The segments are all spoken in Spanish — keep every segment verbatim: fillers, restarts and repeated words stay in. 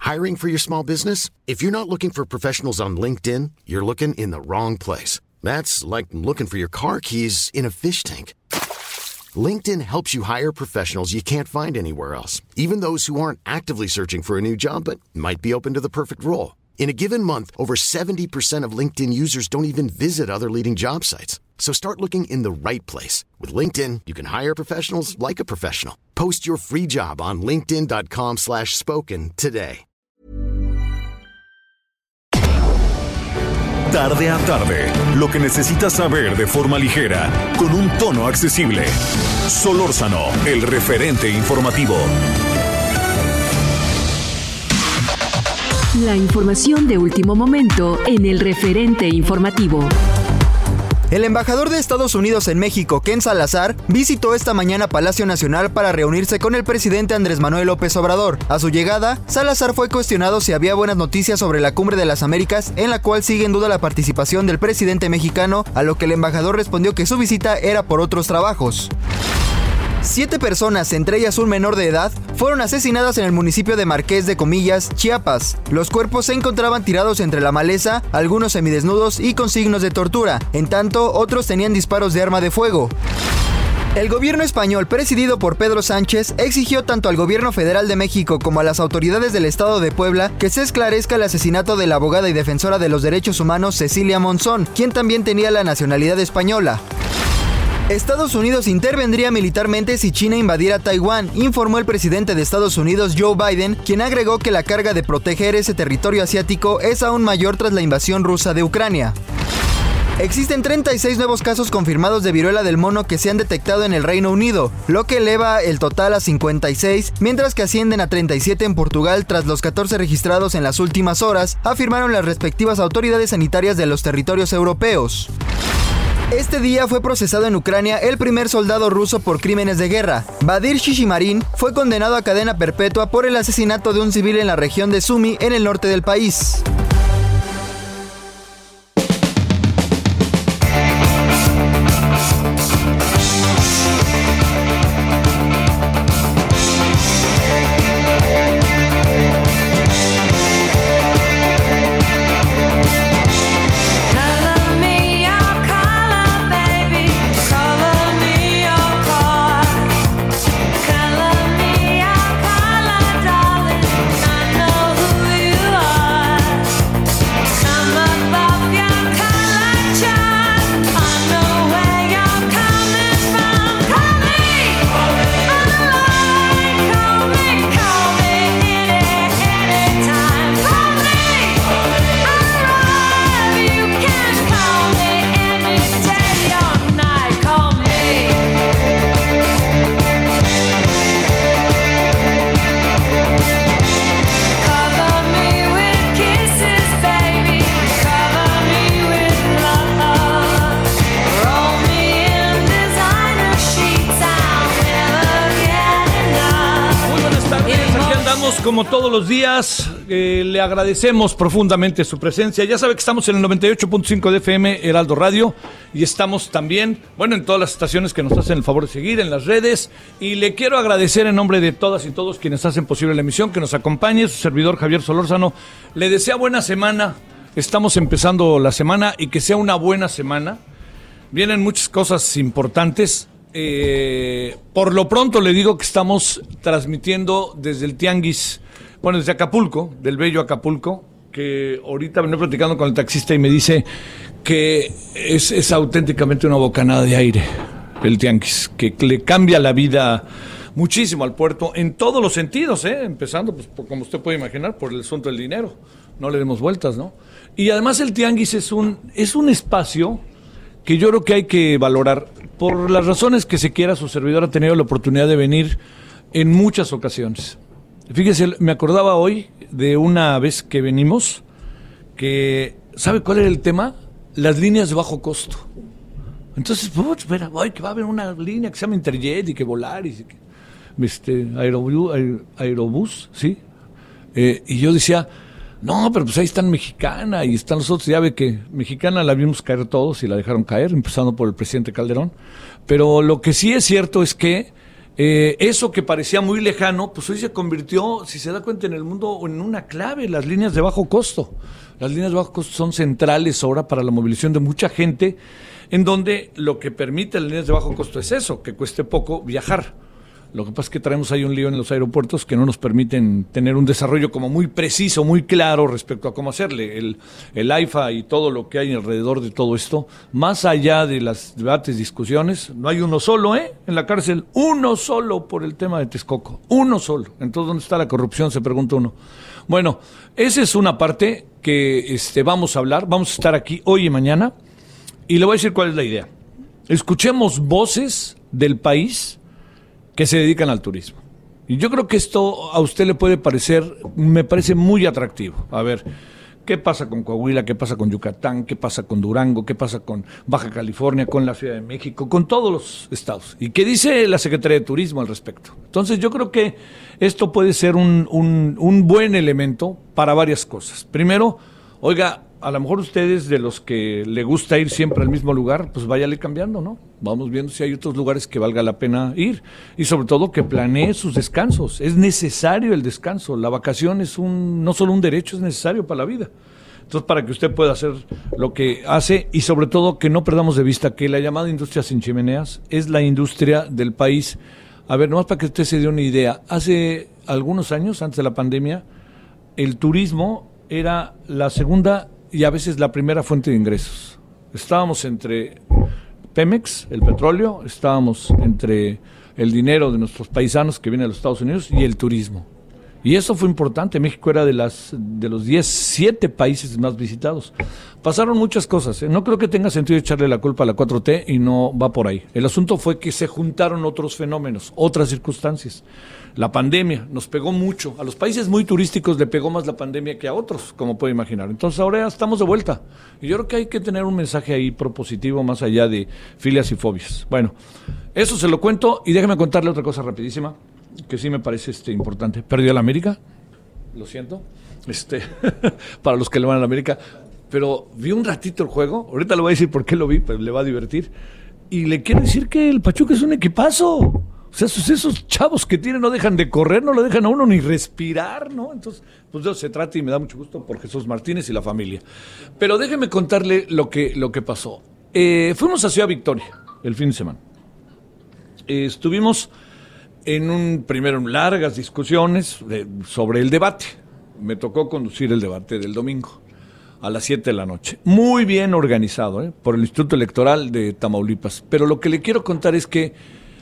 Hiring for your small business? If you're not looking for professionals on LinkedIn, you're looking in the wrong place. That's like looking for your car keys in a fish tank. LinkedIn helps you hire professionals you can't find anywhere else, even those who aren't actively searching for a new job but might be open to the perfect role. In a given month, over seventy percent of LinkedIn users don't even visit other leading job sites. So start looking in the right place. With LinkedIn, you can hire professionals like a professional. Post your free job on linkedin.com slash spoken today. Tarde a tarde, lo que necesitas saber de forma ligera, con un tono accesible. Solórzano, el referente informativo. La información de último momento en el referente informativo. El embajador de Estados Unidos en México, Ken Salazar, visitó esta mañana Palacio Nacional para reunirse con el presidente Andrés Manuel López Obrador. A su llegada, Salazar fue cuestionado si había buenas noticias sobre la Cumbre de las Américas, en la cual sigue en duda la participación del presidente mexicano, a lo que el embajador respondió que su visita era por otros trabajos. Siete personas, entre ellas un menor de edad, fueron asesinadas en el municipio de Marqués de Comillas, Chiapas. Los cuerpos se encontraban tirados entre la maleza, algunos semidesnudos y con signos de tortura. En tanto, otros tenían disparos de arma de fuego. El gobierno español, presidido por Pedro Sánchez, exigió tanto al gobierno federal de México como a las autoridades del estado de Puebla que se esclarezca el asesinato de la abogada y defensora de los derechos humanos Cecilia Monzón, quien también tenía la nacionalidad española. Estados Unidos intervendría militarmente si China invadiera Taiwán, informó el presidente de Estados Unidos, Joe Biden, quien agregó que la carga de proteger ese territorio asiático es aún mayor tras la invasión rusa de Ucrania. Existen treinta y seis nuevos casos confirmados de viruela del mono que se han detectado en el Reino Unido, lo que eleva el total a cincuenta y seis, mientras que ascienden a treinta y siete en Portugal tras los catorce registrados en las últimas horas, afirmaron las respectivas autoridades sanitarias de los territorios europeos. Este día fue procesado en Ucrania el primer soldado ruso por crímenes de guerra. Badir Shishimarin fue condenado a cadena perpetua por el asesinato de un civil en la región de Sumy, en el norte del país. Como todos los días, eh, le agradecemos profundamente su presencia. Ya sabe que estamos en el noventa y ocho punto cinco de F M Heraldo Radio y estamos también, bueno, en todas las estaciones que nos hacen el favor de seguir, en las redes. Y le quiero agradecer en nombre de todas y todos quienes hacen posible la emisión, que nos acompañe. Su servidor Javier Solórzano le desea buena semana. Estamos empezando la semana y que sea una buena semana. Vienen muchas cosas importantes. Eh, por lo pronto le digo que estamos transmitiendo desde el Tianguis, bueno, desde Acapulco, del bello Acapulco, que ahorita venía platicando con el taxista y me dice que es, es auténticamente una bocanada de aire el Tianguis, que le cambia la vida muchísimo al puerto en todos los sentidos, ¿eh? Empezando, pues, por, como usted puede imaginar, por el asunto del dinero, no le demos vueltas, ¿no? Y además el Tianguis es un, es un espacio que yo creo que hay que valorar. Por las razones que se quiera, su servidor ha tenido la oportunidad de venir en muchas ocasiones. Fíjese, me acordaba hoy de una vez que venimos, que, ¿sabe cuál era el tema? Las líneas de bajo costo. Entonces, pues, espera, ay, que va a haber una línea que se llama Interjet y que Volaris, y que, este, Aerobús, Aerobús, ¿sí? Eh, y yo decía, no, pero pues ahí están Mexicana y están los otros. Ya ve que Mexicana la vimos caer todos y la dejaron caer, empezando por el presidente Calderón. Pero lo que sí es cierto es que Eh, eso que parecía muy lejano, pues hoy se convirtió, si se da cuenta, en el mundo en una clave, las líneas de bajo costo. Las líneas de bajo costo son centrales ahora para la movilización de mucha gente, en donde lo que permite las líneas de bajo costo es eso, que cueste poco viajar. Lo que pasa es que traemos ahí un lío en los aeropuertos que no nos permiten tener un desarrollo como muy preciso, muy claro respecto a cómo hacerle. El, el AIFA y todo lo que hay alrededor de todo esto, más allá de las debates, discusiones, no hay uno solo, ¿eh? En la cárcel, uno solo por el tema de Texcoco, uno solo. Entonces, ¿dónde está la corrupción? Se pregunta uno. Bueno, esa es una parte que este, vamos a hablar, vamos a estar aquí hoy y mañana, y le voy a decir cuál es la idea. Escuchemos voces del país que se dedican al turismo. Y yo creo que esto a usted le puede parecer, me parece muy atractivo. A ver, ¿qué pasa con Coahuila? ¿Qué pasa con Yucatán? ¿Qué pasa con Durango? ¿Qué pasa con Baja California? ¿Con la Ciudad de México? Con todos los estados. ¿Y qué dice la Secretaría de Turismo al respecto? Entonces yo creo que esto puede ser un, un, un buen elemento para varias cosas. Primero, oiga, a lo mejor ustedes de los que le gusta ir siempre al mismo lugar, pues váyale cambiando, ¿no? Vamos viendo si hay otros lugares que valga la pena ir. Y sobre todo que planee sus descansos. Es necesario el descanso. La vacación es un no solo un derecho, es necesario para la vida. Entonces, para que usted pueda hacer lo que hace y sobre todo que no perdamos de vista que la llamada industria sin chimeneas es la industria del país. A ver, nomás para que usted se dé una idea. Hace algunos años, antes de la pandemia, el turismo era la segunda y a veces la primera fuente de ingresos. Estábamos entre Pemex, el petróleo, estábamos entre el dinero de nuestros paisanos que vienen de los Estados Unidos y el turismo. Y eso fue importante. México era de las de los diez, siete países más visitados. Pasaron muchas cosas, ¿eh? No creo que tenga sentido echarle la culpa a la cuatro T y no va por ahí. El asunto fue que se juntaron otros fenómenos, otras circunstancias. La pandemia nos pegó mucho. A los países muy turísticos le pegó más la pandemia que a otros, como puede imaginar. Entonces ahora ya estamos de vuelta. Y yo creo que hay que tener un mensaje ahí propositivo más allá de filias y fobias. Bueno, eso se lo cuento y déjeme contarle otra cosa rapidísima que sí me parece este importante. Perdió la América, lo siento, este para los que le van a la América, pero vi un ratito el juego, ahorita le voy a decir por qué lo vi, pero le va a divertir, y le quiero decir que el Pachuca es un equipazo. O sea, esos, esos chavos que tienen no dejan de correr, no lo dejan a uno ni respirar, ¿no? Entonces, pues de eso se trata y me da mucho gusto por Jesús Martínez y la familia. Pero déjeme contarle lo que, lo que pasó. Eh, fuimos a Ciudad Victoria el fin de semana. Eh, estuvimos en un primero en largas discusiones de, sobre el debate. Me tocó conducir el debate del domingo a las siete de la noche. Muy bien organizado, ¿eh? Por el Instituto Electoral de Tamaulipas. Pero lo que le quiero contar es que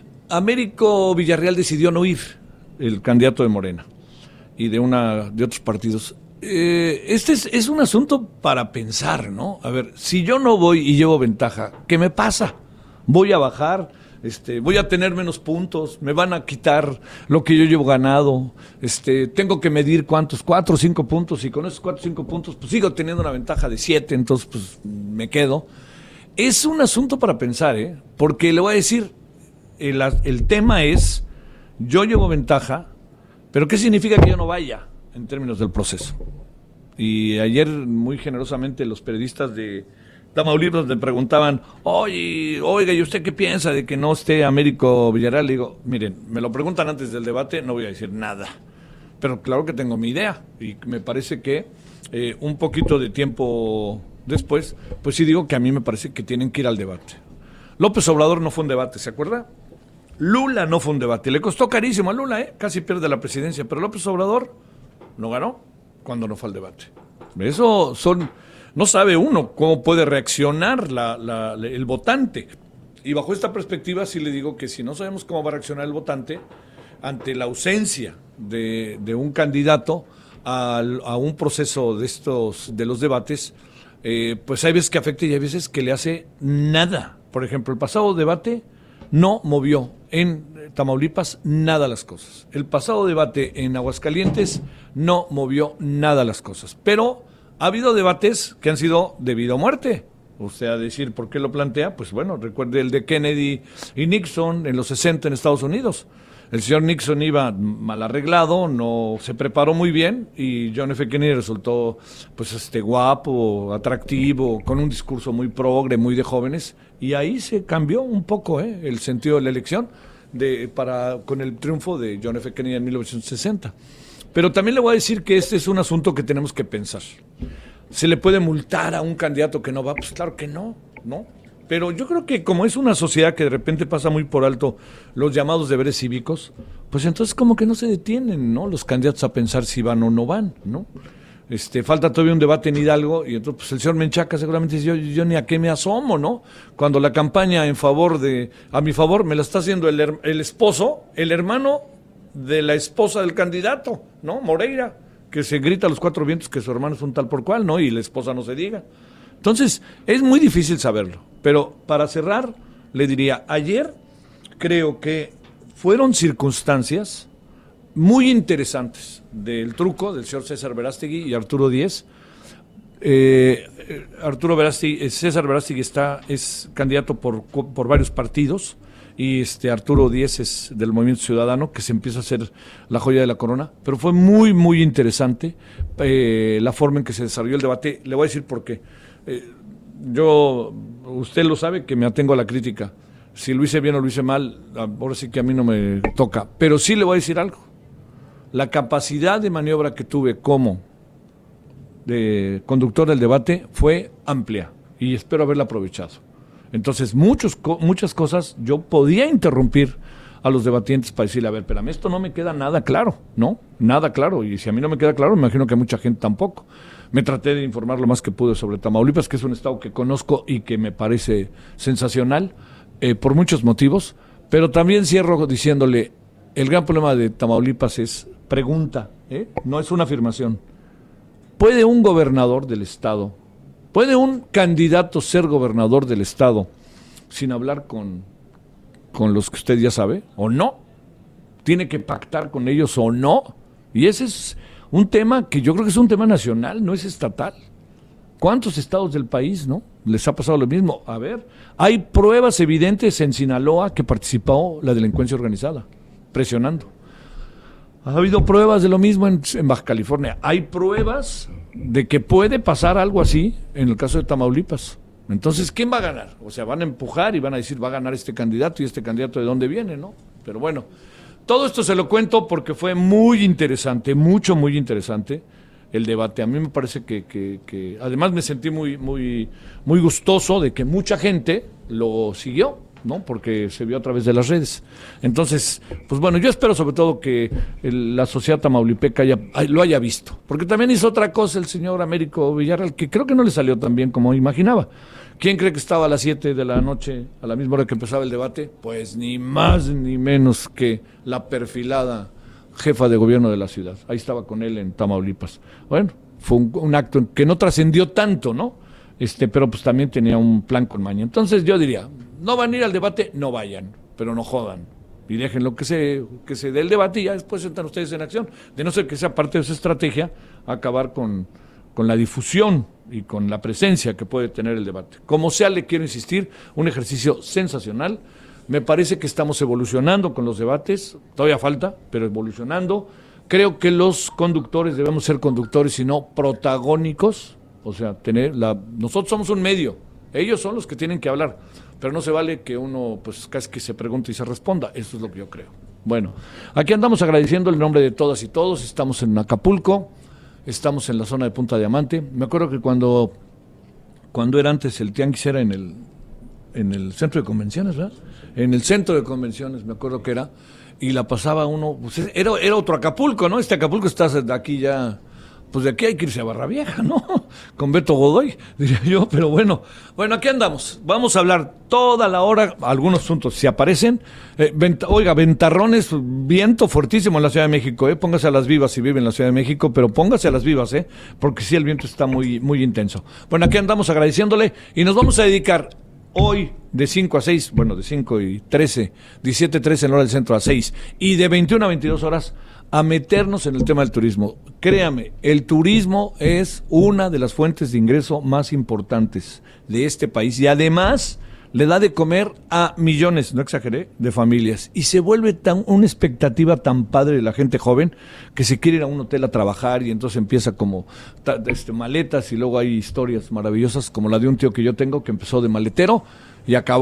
Américo Villarreal decidió no ir, el candidato de Morena y de una de otros partidos. Eh, este es, es un asunto para pensar, ¿no? A ver, si yo no voy y llevo ventaja, ¿qué me pasa? Voy a bajar, este, voy a tener menos puntos, me van a quitar lo que yo llevo ganado, este, tengo que medir cuántos, cuatro o cinco puntos, y con esos cuatro o cinco puntos, pues sigo teniendo una ventaja de siete, entonces pues me quedo. Es un asunto para pensar, ¿eh? Porque le voy a decir, El, el tema es, yo llevo ventaja, pero ¿qué significa que yo no vaya en términos del proceso? Y ayer muy generosamente los periodistas de Tamaulipas me preguntaban, oye, oiga, ¿y usted qué piensa de que no esté Américo Villarreal? Le digo, miren, me lo preguntan antes del debate, no voy a decir nada, pero claro que tengo mi idea, y me parece que eh, un poquito de tiempo después, pues sí digo que a mí me parece que tienen que ir al debate. López Obrador no fue un debate, ¿se acuerda? Lula no fue un debate, le costó carísimo a Lula, ¿eh? Casi pierde la presidencia, pero López Obrador no ganó cuando no fue al debate. Eso son, no sabe uno cómo puede reaccionar la, la, el votante. Y bajo esta perspectiva sí le digo que si no sabemos cómo va a reaccionar el votante ante la ausencia de, de un candidato a, a un proceso de estos, de los debates, eh, pues hay veces que afecta y hay veces que le hace nada. Por ejemplo, el pasado debate no movió en Tamaulipas nada las cosas. El pasado debate en Aguascalientes no movió nada las cosas. Pero ha habido debates que han sido de vida o muerte. O sea, decir, ¿por qué lo plantea? Pues bueno, recuerde el de Kennedy y Nixon en los sesenta en Estados Unidos. El señor Nixon iba mal arreglado, no se preparó muy bien y John F. Kennedy resultó pues este guapo, atractivo, con un discurso muy progre, muy de jóvenes, y ahí se cambió un poco ¿eh? el sentido de la elección. de, para, con el triunfo de John F. Kennedy en mil novecientos sesenta. Pero también le voy a decir que este es un asunto que tenemos que pensar. ¿Se le puede multar a un candidato que no va? Pues claro que no, ¿no? Pero yo creo que como es una sociedad que de repente pasa muy por alto los llamados deberes cívicos, pues entonces como que no se detienen, ¿no? Los candidatos a pensar si van o no van, ¿no? Este, falta todavía un debate en Hidalgo y entonces pues el señor Menchaca seguramente dice, yo, yo ni a qué me asomo, ¿no? Cuando la campaña en favor de, a mi favor, me la está haciendo el, el esposo, el hermano de la esposa del candidato, ¿no? Moreira, que se grita a los cuatro vientos que su hermano es un tal por cual, ¿no? Y la esposa no se diga. Entonces, es muy difícil saberlo. Pero para cerrar, le diría, ayer creo que fueron circunstancias muy interesantes del truco del señor César Verástegui y Arturo Díez. Eh, Arturo Verástegui, César Verástegui está, es candidato por, por varios partidos, y este Arturo Díez es del Movimiento Ciudadano, que se empieza a hacer la joya de la corona, pero fue muy, muy interesante eh, la forma en que se desarrolló el debate. Le voy a decir por qué. Eh, yo, usted lo sabe, que me atengo a la crítica. Si lo hice bien o lo hice mal, ahora sí que a mí no me toca, pero sí le voy a decir algo. La capacidad de maniobra que tuve como de conductor del debate fue amplia, y espero haberla aprovechado. Entonces, muchos, muchas cosas yo podía interrumpir a los debatientes para decirle, a ver, espérame, esto no me queda nada claro, ¿no? Nada claro, y si a mí no me queda claro, me imagino que a mucha gente tampoco. Me traté de informar lo más que pude sobre Tamaulipas, que es un estado que conozco y que me parece sensacional, eh, por muchos motivos, pero también cierro diciéndole, el gran problema de Tamaulipas es pregunta, ¿eh? No es una afirmación. ¿Puede un gobernador del estado, puede un candidato ser gobernador del estado sin hablar con, con los que usted ya sabe, o no? ¿Tiene que pactar con ellos o no? Y ese es un tema que yo creo que es un tema nacional, no es estatal. ¿Cuántos estados del país, no? Les ha pasado lo mismo. A ver, hay pruebas evidentes en Sinaloa que participó la delincuencia organizada, presionando. Ha habido pruebas de lo mismo en, en Baja California. Hay pruebas de que puede pasar algo así en el caso de Tamaulipas. Entonces, ¿quién va a ganar? O sea, van a empujar y van a decir, va a ganar este candidato, y este candidato de dónde viene, ¿no? Pero bueno, todo esto se lo cuento porque fue muy interesante, mucho, muy interesante el debate. A mí me parece que, que, que además me sentí muy, muy, muy gustoso de que mucha gente lo siguió, ¿no? Porque se vio a través de las redes. Entonces, pues bueno, yo espero sobre todo que el, la sociedad tamaulipeca haya, lo haya visto. Porque también hizo otra cosa el señor Américo Villarreal, que creo que no le salió tan bien como imaginaba. ¿Quién cree que estaba a las siete de la noche, a la misma hora que empezaba el debate? Pues ni más ni menos que la perfilada jefa de gobierno de la ciudad. Ahí estaba con él en Tamaulipas. Bueno, fue un, un acto que no trascendió tanto, ¿no? Este, pero pues también tenía un plan con maña. Entonces yo diría, no van a ir al debate, no vayan, pero no jodan. Y déjenlo que se, que se dé el debate y ya después entran ustedes en acción. De no ser que sea parte de su estrategia, acabar con, con la difusión y con la presencia que puede tener el debate. Como sea, le quiero insistir, un ejercicio sensacional. Me parece que estamos evolucionando con los debates, todavía falta, pero evolucionando. Creo que los conductores debemos ser conductores y no protagónicos. O sea, tener la, nosotros somos un medio, ellos son los que tienen que hablar, pero no se vale que uno pues casi que se pregunte y se responda. Eso es lo que yo creo. Bueno, aquí andamos agradeciendo el nombre de todas y todos. Estamos en Acapulco, estamos en la zona de Punta Diamante. Me acuerdo que cuando cuando era antes el tianguis era en el en el centro de convenciones, ¿verdad? En el centro de convenciones, me acuerdo que era, y la pasaba uno, pues era, era otro Acapulco, ¿no? Este Acapulco está de aquí ya, pues de aquí hay que irse a Barra Vieja, ¿no? Con Beto Godoy, diría yo, pero bueno. Bueno, aquí andamos. Vamos a hablar toda la hora, algunos asuntos, si aparecen. Eh, venta, oiga, ventarrones, viento fuertísimo en la Ciudad de México, ¿eh? Póngase a las vivas si vive en la Ciudad de México, pero póngase a las vivas, ¿eh? Porque sí, el viento está muy, muy intenso. Bueno, aquí andamos agradeciéndole y nos vamos a dedicar hoy de cinco a seis, bueno, de cinco y trece, diecisiete trece en hora del centro a seis, y de veintiuna a veintidós horas a meternos en el tema del turismo. Créame, el turismo es una de las fuentes de ingreso más importantes de este país y además le da de comer a millones, no exageré, de familias. Y se vuelve tan una expectativa tan padre de la gente joven que se quiere ir a un hotel a trabajar y entonces empieza como ta, este, maletas y luego hay historias maravillosas como la de un tío que yo tengo que empezó de maletero y acabó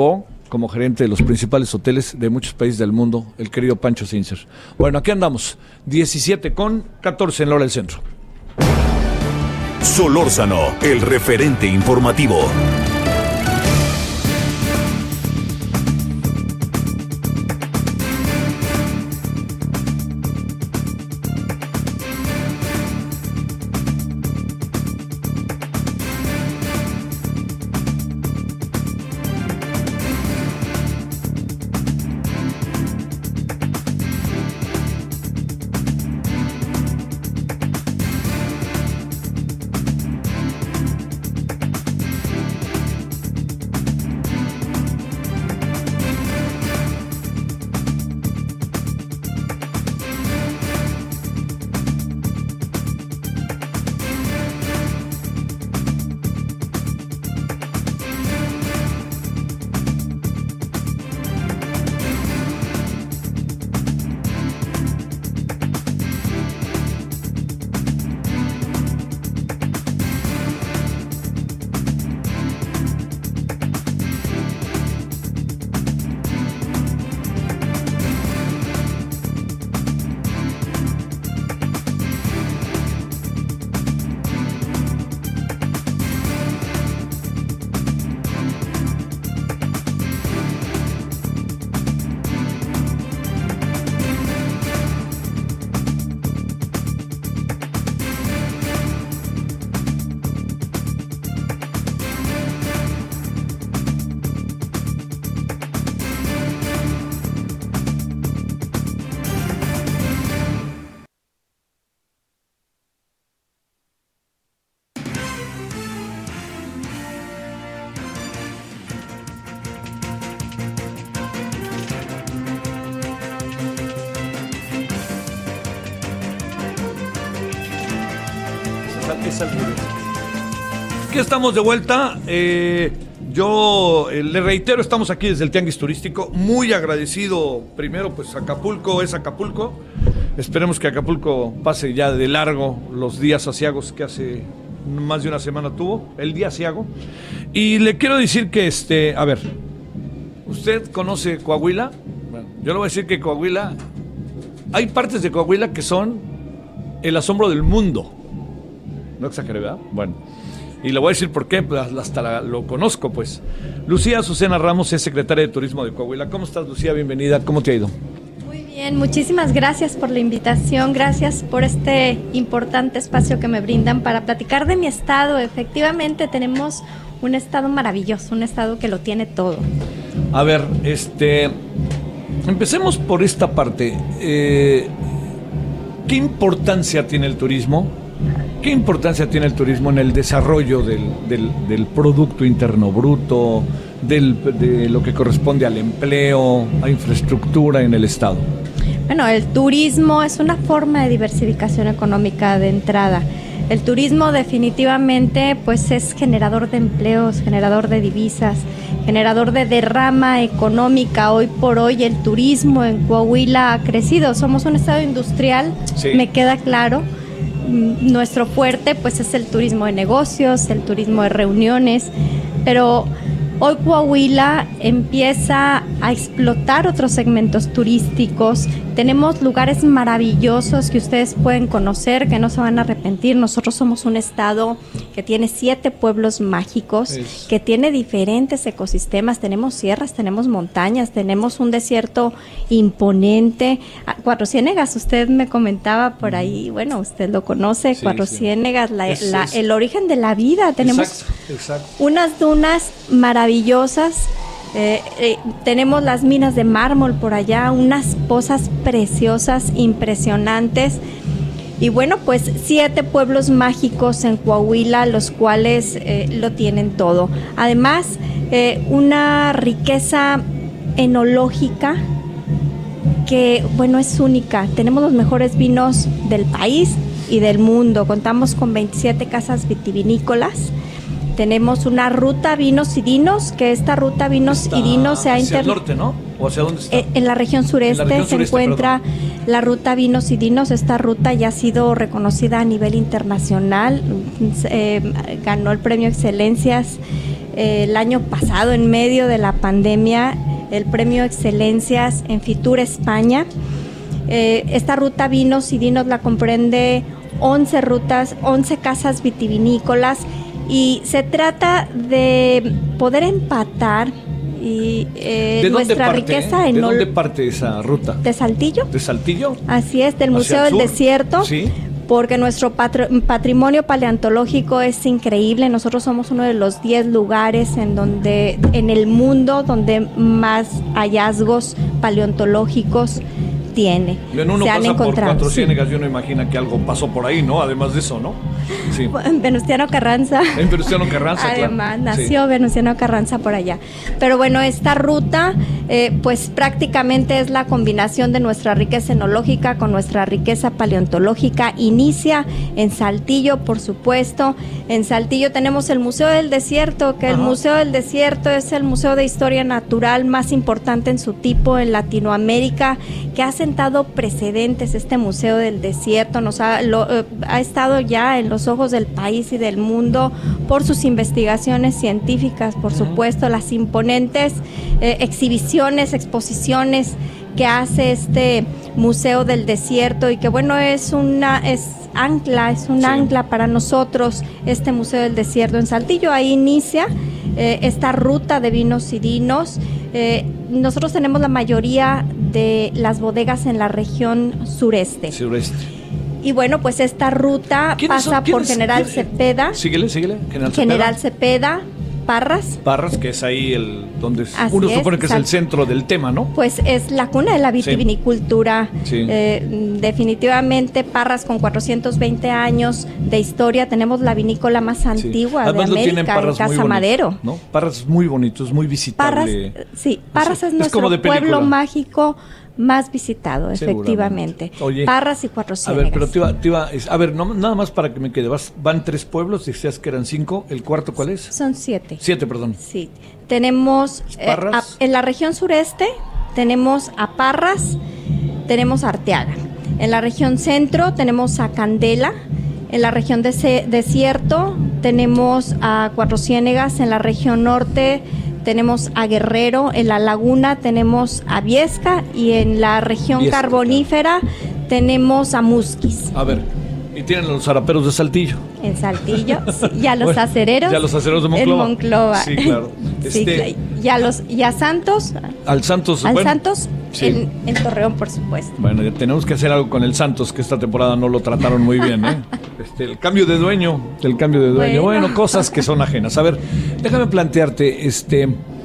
como gerente de los principales hoteles de muchos países del mundo, el querido Pancho Sincer. Bueno, aquí andamos, diecisiete con catorce en la hora del centro. Solórzano, el referente informativo. Aquí estamos de vuelta. Eh, yo eh, le reitero, estamos aquí desde el Tianguis Turístico. Muy agradecido, primero, pues Acapulco es Acapulco. Esperemos que Acapulco pase ya de largo los días aciagos que hace más de una semana tuvo, el día aciago. Y le quiero decir que, este, a ver, ¿usted conoce Coahuila? Bueno, yo le voy a decir que Coahuila, hay partes de Coahuila que son el asombro del mundo. No exageré, ¿verdad? Bueno, y le voy a decir por qué, pues hasta la, lo conozco, pues. Lucía Azucena Ramos es secretaria de Turismo de Coahuila. ¿Cómo estás, Lucía? Bienvenida. ¿Cómo te ha ido? Muy bien, muchísimas gracias por la invitación, gracias por este importante espacio que me brindan para platicar de mi estado. Efectivamente, tenemos un estado maravilloso, un estado que lo tiene todo. A ver, este, empecemos por esta parte. Eh, ¿Qué importancia tiene el turismo? ¿Qué importancia tiene el turismo en el desarrollo del, del, del Producto Interno Bruto, del, de lo que corresponde al empleo, a infraestructura en el estado? Bueno, el turismo es una forma de diversificación económica de entrada. El turismo definitivamente pues es generador de empleos, generador de divisas, generador de derrama económica. Hoy por hoy el turismo en Coahuila ha crecido. Somos un estado industrial, sí. Me queda claro. Nuestro fuerte pues es el turismo de negocios, el turismo de reuniones, pero hoy Coahuila empieza a explotar otros segmentos turísticos. Tenemos lugares maravillosos que ustedes pueden conocer, que no se van a arrepentir. Nosotros somos un estado que tiene siete pueblos mágicos, es. que tiene diferentes ecosistemas. Tenemos sierras, tenemos montañas, tenemos un desierto imponente. Cuatro Ciénegas, usted me comentaba por ahí, bueno, usted lo conoce, sí, Cuatro sí. Ciénegas, la, es, la, es. el origen de la vida. Tenemos exacto, exacto. unas dunas maravillosas. Eh, eh, tenemos las minas de mármol por allá, unas pozas preciosas, impresionantes. Y bueno, pues siete pueblos mágicos en Coahuila, los cuales eh, lo tienen todo. Además, eh, una riqueza enológica que, bueno, es única. Tenemos los mejores vinos del país y del mundo. Contamos con veintisiete casas vitivinícolas. Tenemos una ruta Vinos y Dinos, que esta ruta Vinos está y Dinos se ha hacia inter... el norte, ¿no? ¿O hacia dónde está? En la región sureste, la región se sureste, encuentra perdón. la ruta Vinos y Dinos. Esta ruta ya ha sido reconocida a nivel internacional, eh, ganó el premio Excelencias eh, el año pasado, en medio de la pandemia, el premio Excelencias en Fitur España. Eh, esta ruta Vinos y Dinos la comprende once rutas, once casas vitivinícolas, y se trata de poder empatar y eh, ¿De nuestra parte, riqueza eh? en ¿De ol- dónde parte esa ruta? de Saltillo. ¿De Saltillo? Así es, del ¿Hacia Museo el del sur? Desierto. Sí. Porque nuestro patro- patrimonio paleontológico es increíble. Nosotros somos uno de los diez lugares en donde, en el mundo, donde más hallazgos paleontológicos tiene. En uno Se han pasa por encontrado. Cuatro Sí. Ciénegas y uno imagina que algo pasó por ahí, ¿no? Además de eso, ¿no? Sí. Venustiano Carranza. En Venustiano Carranza, Además, claro. nació Sí. Venustiano Carranza por allá. Pero bueno, esta ruta, eh, pues prácticamente es la combinación de nuestra riqueza enológica con nuestra riqueza paleontológica. Inicia en Saltillo, por supuesto. En Saltillo tenemos el Museo del Desierto, que Ajá. el Museo del Desierto es el museo de historia natural más importante en su tipo en Latinoamérica, que ha sentado precedentes. Este Museo del Desierto nos ha, lo, eh, ha estado ya en los ojos del país y del mundo por sus investigaciones científicas, por supuesto, las imponentes eh, exhibiciones, exposiciones que hace este Museo del Desierto, y que bueno, es una es ancla, es un Sí. ancla para nosotros este Museo del Desierto en Saltillo. Ahí inicia eh, esta ruta de vinos y dinos. Eh, nosotros tenemos la mayoría de las bodegas en la región sureste. Sureste. Y bueno, pues esta ruta ¿Quiénes son- pasa por quiénes- General quién- Cepeda, Síguele, síguele. General Cepeda. General Cepeda, Parras. Parras, que es ahí el donde Así uno es, supone que es Sal- el centro del tema, ¿no? Pues es la cuna de la vitivinicultura. Sí. Eh, definitivamente Parras, con cuatrocientos veinte años de historia, tenemos la vinícola más antigua Además de lo tienen América, en Parras muy Casa bonito, Madero. ¿no? Parras es muy bonito, es muy Parras, visitable. sí, Parras Sí, es es nuestro como de película. pueblo mágico más visitado, efectivamente. Oye, Parras y Cuatro A Ciénegas. ver, pero te iba, te iba- es- a ver, no, nada más para que me quede. Vas, van tres pueblos, decías que eran cinco. ¿El cuarto cuál es? Son siete. Siete, perdón. Sí, tenemos eh, Parras. a- en la región sureste tenemos a Parras, tenemos a Arteaga. En la región centro tenemos a Candela. En la región de ce- desierto tenemos a Cuatro Ciénegas. En la región norte tenemos a Guerrero. En la laguna tenemos a Viesca, y en la región Viesca, carbonífera tenemos a Musquis. A ver, y tienen los zaraperos de Saltillo. En Saltillo, sí, y a los Bueno, acereros. y a los acereros de Monclova. En Monclova. Sí, claro. Sí, Este- cla- y a los y a Santos, Al Santos. al bueno, Santos sí. en, en Torreón, por supuesto. Bueno, ya tenemos que hacer algo con el Santos, que esta temporada no lo trataron muy bien, ¿eh? Este, el cambio de dueño, el cambio de dueño. Bueno. Bueno. cosas que son ajenas. A ver, déjame plantearte, este,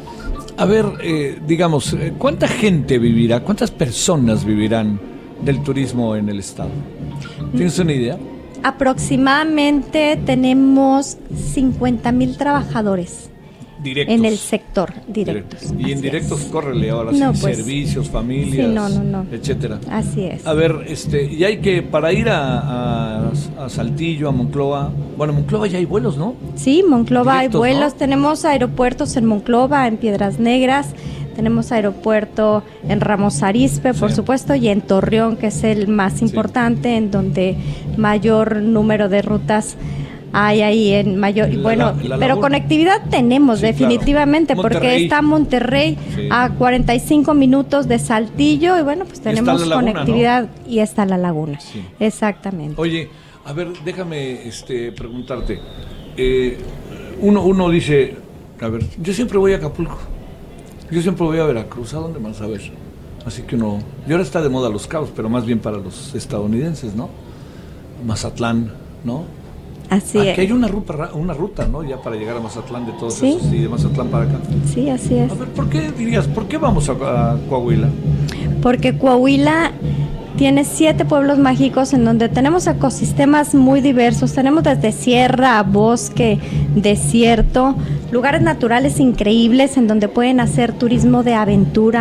a ver, eh, digamos, eh, ¿cuánta gente vivirá, cuántas personas vivirán del turismo en el estado? ¿Tienes una idea? Aproximadamente tenemos cincuenta mil trabajadores Directos. en el sector directos. Directos. Y Así indirectos, es. córrele ahora, No, sí, pues, servicios, familias, sí, no, no, no. etcétera. Así es. A ver, este, y hay que, para ir a, a, a Saltillo, a Monclova, bueno, Monclova ya hay vuelos, ¿no? Sí, Monclova Directos, hay vuelos, ¿no? tenemos aeropuertos en Monclova, en Piedras Negras, tenemos aeropuerto en Ramos Arizpe, por Sí. supuesto, y en Torreón, que es el más importante, en donde mayor número de rutas hay ahí en mayor, y La- bueno, la- la pero laguna. conectividad tenemos Sí, definitivamente, claro. porque Monterrey. está Monterrey Sí. a cuarenta y cinco minutos de Saltillo, y bueno, pues está tenemos la laguna, conectividad, y está la laguna, Sí. exactamente. Oye, a ver, déjame este, preguntarte. Eh, uno, uno dice, a ver, yo siempre voy a Acapulco, yo siempre voy a Veracruz, ¿a dónde más? A ver. Así que uno, y ahora está de moda Los Cabos, pero más bien para los estadounidenses, ¿no? Mazatlán, ¿no? Así Aquí es. hay una ruta, una ruta, ¿no? Ya para llegar a Mazatlán de todos Sí. esos, y de Mazatlán para acá. Sí, así es. A ver, ¿por qué dirías, por qué vamos a, a Coahuila? Porque Coahuila tiene siete pueblos mágicos en donde tenemos ecosistemas muy diversos. Tenemos desde sierra, bosque, desierto, lugares naturales increíbles en donde pueden hacer turismo de aventura.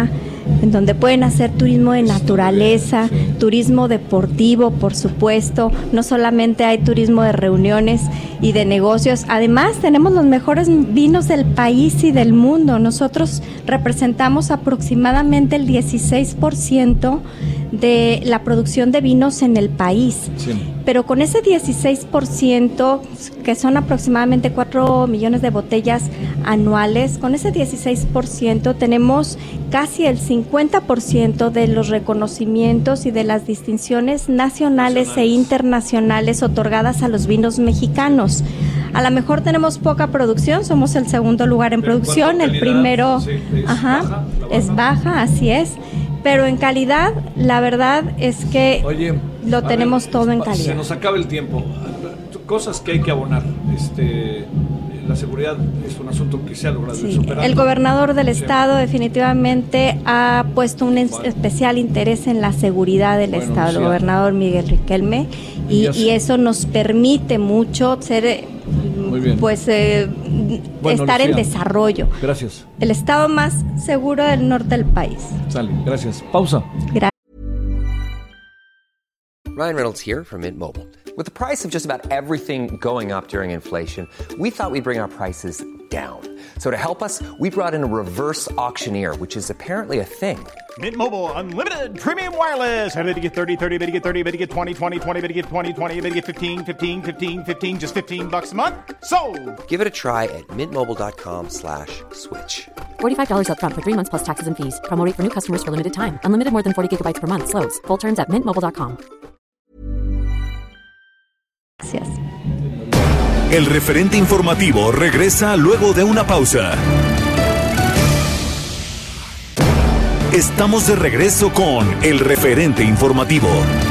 en donde pueden hacer turismo de naturaleza, turismo deportivo, por supuesto. No solamente hay turismo de reuniones y de negocios, además tenemos los mejores vinos del país y del mundo. Nosotros representamos aproximadamente el dieciséis por ciento de la producción de vinos en el país. Sí. Pero con ese dieciséis por ciento, que son aproximadamente cuatro millones de botellas anuales, con ese dieciséis por ciento tenemos casi el cincuenta por ciento de los reconocimientos y de las distinciones nacionales, nacionales e internacionales otorgadas a los vinos mexicanos. A lo mejor tenemos poca producción, somos el segundo lugar en pero producción, el primero sí, es, ajá, baja, es baja, así es. Pero en calidad, la verdad es que Oye, lo tenemos ver, todo en calidad. Se nos acaba el tiempo. Cosas que hay que abonar. Este, la seguridad es un asunto que se ha logrado sí. superar. El gobernador del sí. estado definitivamente ha puesto un bueno. especial interés en la seguridad del bueno, estado, sí. el gobernador Miguel Riquelme, y, y eso nos permite mucho ser... Muy bien. Pues eh, bueno, estar Lucía. en desarrollo. Gracias. El estado más seguro del norte del país. Sale, gracias. Pausa. Gracias. Ryan Reynolds here from Mint Mobile. With the price of just about everything going up during inflation, we thought we'd bring our prices down. So to help us, we brought in a reverse auctioneer, which is apparently a thing. Mint Mobile Unlimited Premium Wireless. How to get thirty, thirty, how to get thirty, how to get twenty, twenty, twenty, how to get twenty, twenty, how to get fifteen, fifteen, fifteen, fifteen, just fifteen bucks a month? Sold! Give it a try at mintmobile.com slash switch. forty-five dollars up front for three months plus taxes and fees. Promo rate for new customers for limited time. Unlimited more than forty gigabytes per month. Slows full terms at mint mobile dot com. Gracias. El referente informativo regresa luego de una pausa. Estamos de regreso con el referente informativo.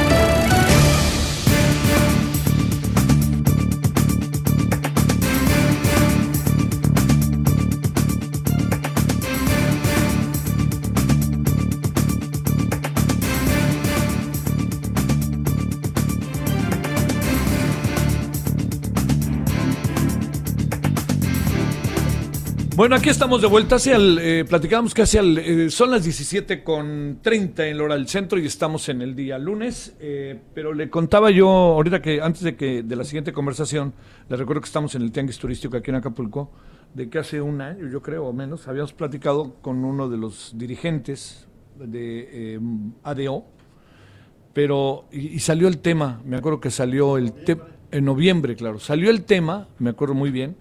Bueno, aquí estamos de vuelta. Hacia el, eh, platicábamos que hacia el, eh, son las diecisiete con treinta en la hora del centro y estamos en el día lunes. Eh, pero le contaba yo, ahorita que antes de que de la siguiente conversación, le recuerdo que estamos en el Tianguis Turístico aquí en Acapulco, de que hace un año, yo creo, o menos, habíamos platicado con uno de los dirigentes de eh, A D O, pero, y, y salió el tema, me acuerdo que salió el tema, en noviembre, claro, salió el tema, me acuerdo muy bien,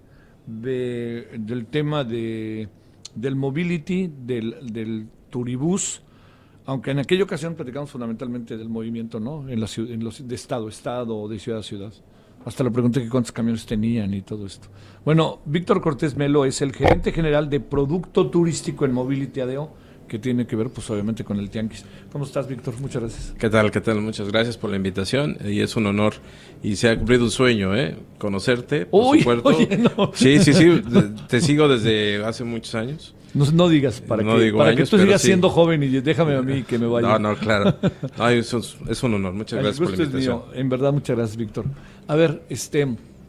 De, del tema de del mobility, del, del turibús, aunque en aquella ocasión platicamos fundamentalmente del movimiento, ¿no? En, la, en los de estado a estado o de ciudad a ciudad. Hasta le pregunté que cuántos camiones tenían y todo esto. Bueno, Víctor Cortés Melo es el gerente general de Producto Turístico en Mobility A D O, que tiene que ver, pues obviamente, con el Tianguis. ¿Cómo estás, Víctor? Muchas gracias. ¿Qué tal? ¿Qué tal? Muchas gracias por la invitación y es un honor y se ha cumplido un sueño, ¿eh? Conocerte, por Uy, supuesto. Oye, no. Sí, sí, sí. Te sigo desde hace muchos años. No, no digas, para, no que, digo para años, que tú sigas sí. siendo joven y déjame a mí que me vaya. No, no, claro. No, es, un, es un honor. Muchas gracias por la invitación. Es mío. En verdad, muchas gracias, Víctor. A ver, este,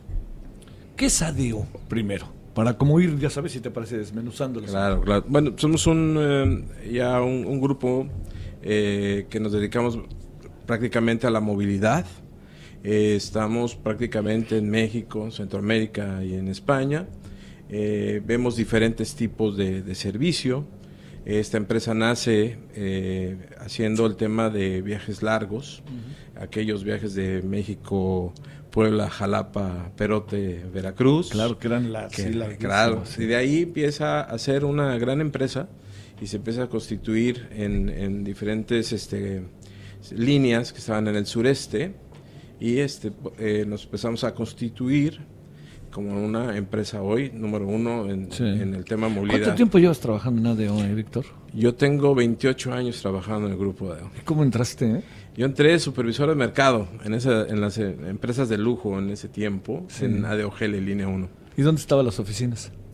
¿qué es A D O primero? Para como ir, ya sabes, si te parece, desmenuzándolos. Claro, claro. Bueno, somos un eh, ya un, un grupo eh, que nos dedicamos prácticamente a la movilidad. Eh, estamos prácticamente en México, Centroamérica y en España. Eh, vemos diferentes tipos de, de servicio. Esta empresa nace eh, haciendo el tema de viajes largos, uh-huh. aquellos viajes de México, Puebla, Jalapa, Perote, Veracruz. Claro, que eran las... Que, sí, claro, sí. Y de ahí empieza a ser una gran empresa y se empieza a constituir en, en diferentes este, líneas que estaban en el sureste y este, eh, nos empezamos a constituir como una empresa hoy, número uno en, sí. en el tema movilidad. ¿Cuánto tiempo llevas trabajando en A D O, eh, Víctor? Yo tengo veintiocho años trabajando en el grupo A D O. ¿Y cómo entraste, eh? Yo entré supervisor de mercado en esa, en las eh, empresas de lujo en ese tiempo, sí. en A D O G L Línea uno. ¿Y dónde estaban las oficinas?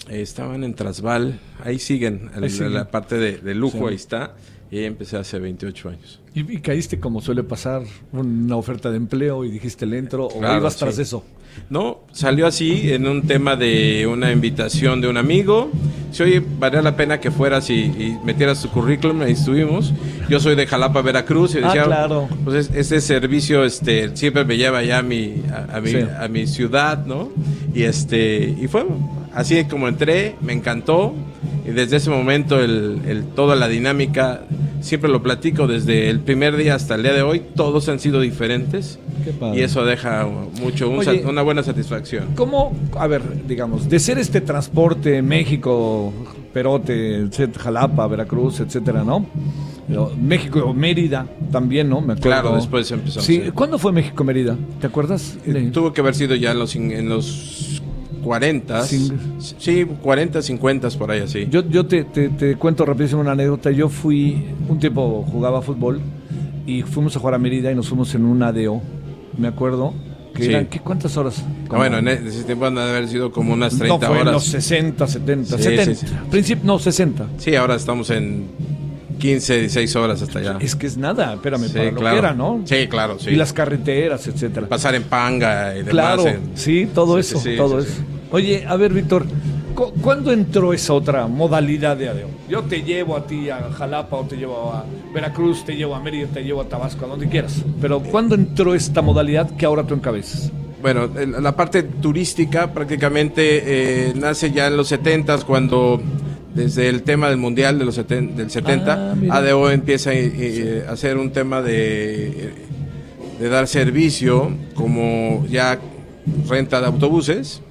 Estaban en Trasval, ahí siguen, el, Ahí siguen. la parte de, de lujo, Sí. ahí está. Y ahí empecé hace veintiocho años. Y, y caíste, como suele pasar, una oferta de empleo y dijiste, ¿le entro? ¿O Claro, ibas tras sí. eso? No, salió así en un tema de una invitación de un amigo. Si oye, valía la pena que fueras y, y metieras tu currículum, ahí estuvimos. Yo soy de Jalapa, Veracruz, y decía, Ah, claro. pues es- ese servicio este siempre me lleva ya a mi a, a mi, Sí. a mi ciudad, ¿no? Y este y fue así como entré, me encantó y desde ese momento el, el toda la dinámica siempre lo platico desde el primer día hasta el día de hoy, todos han sido diferentes. Qué padre. Y eso deja mucho, un Oye, sa- una buena satisfacción. ¿Cómo, a ver, digamos, de ser este transporte México, Perote, etcétera, Jalapa, Veracruz, etcétera, ¿no? Pero México, Mérida también, ¿no? Me acuerdo. Claro, después empezamos, Sí. sí. ¿Cuándo fue México, Mérida? ¿Te acuerdas? Eh, Tuvo que haber sido ya en los, in- en los cuarenta. Sin- Sí, cuarenta, cincuenta, por ahí así. Yo, yo te, te, te cuento rapidísimo una anécdota. Yo fui, un tiempo jugaba fútbol y fuimos a jugar a Mérida y nos fuimos en un A D O, me acuerdo. Que Sí. eran, ¿qué, ¿Cuántas horas? Ah, Como- bueno, en ese tiempo han de haber sido como unas treinta no, fue en horas. los sesenta, setenta, Sí, setenta. sí, sí. Principio, no, sesenta. Sí, ahora estamos en quince, dieciséis horas hasta allá. Es que es nada, espérame, Sí, para lo claro. que era, ¿no? Sí, claro, sí. Y las carreteras, etcétera. Pasar en Panga y demás. Claro, en- sí, todo Sí, eso, sí, sí, todo sí, eso. sí. Oye, a ver, Víctor, ¿cu- ¿cuándo entró esa otra modalidad de A D O? Yo te llevo a ti a Jalapa, o te llevo a Veracruz, te llevo a Mérida, te llevo a Tabasco, a donde quieras. Pero ¿cuándo entró esta modalidad que ahora tú encabezas? Bueno, el- la parte turística prácticamente eh, nace ya en los setentas, cuando desde el tema del mundial de los seten- del setenta, Ah, mira. A D O empieza eh, eh, a hacer un tema de, de dar servicio como ya renta de autobuses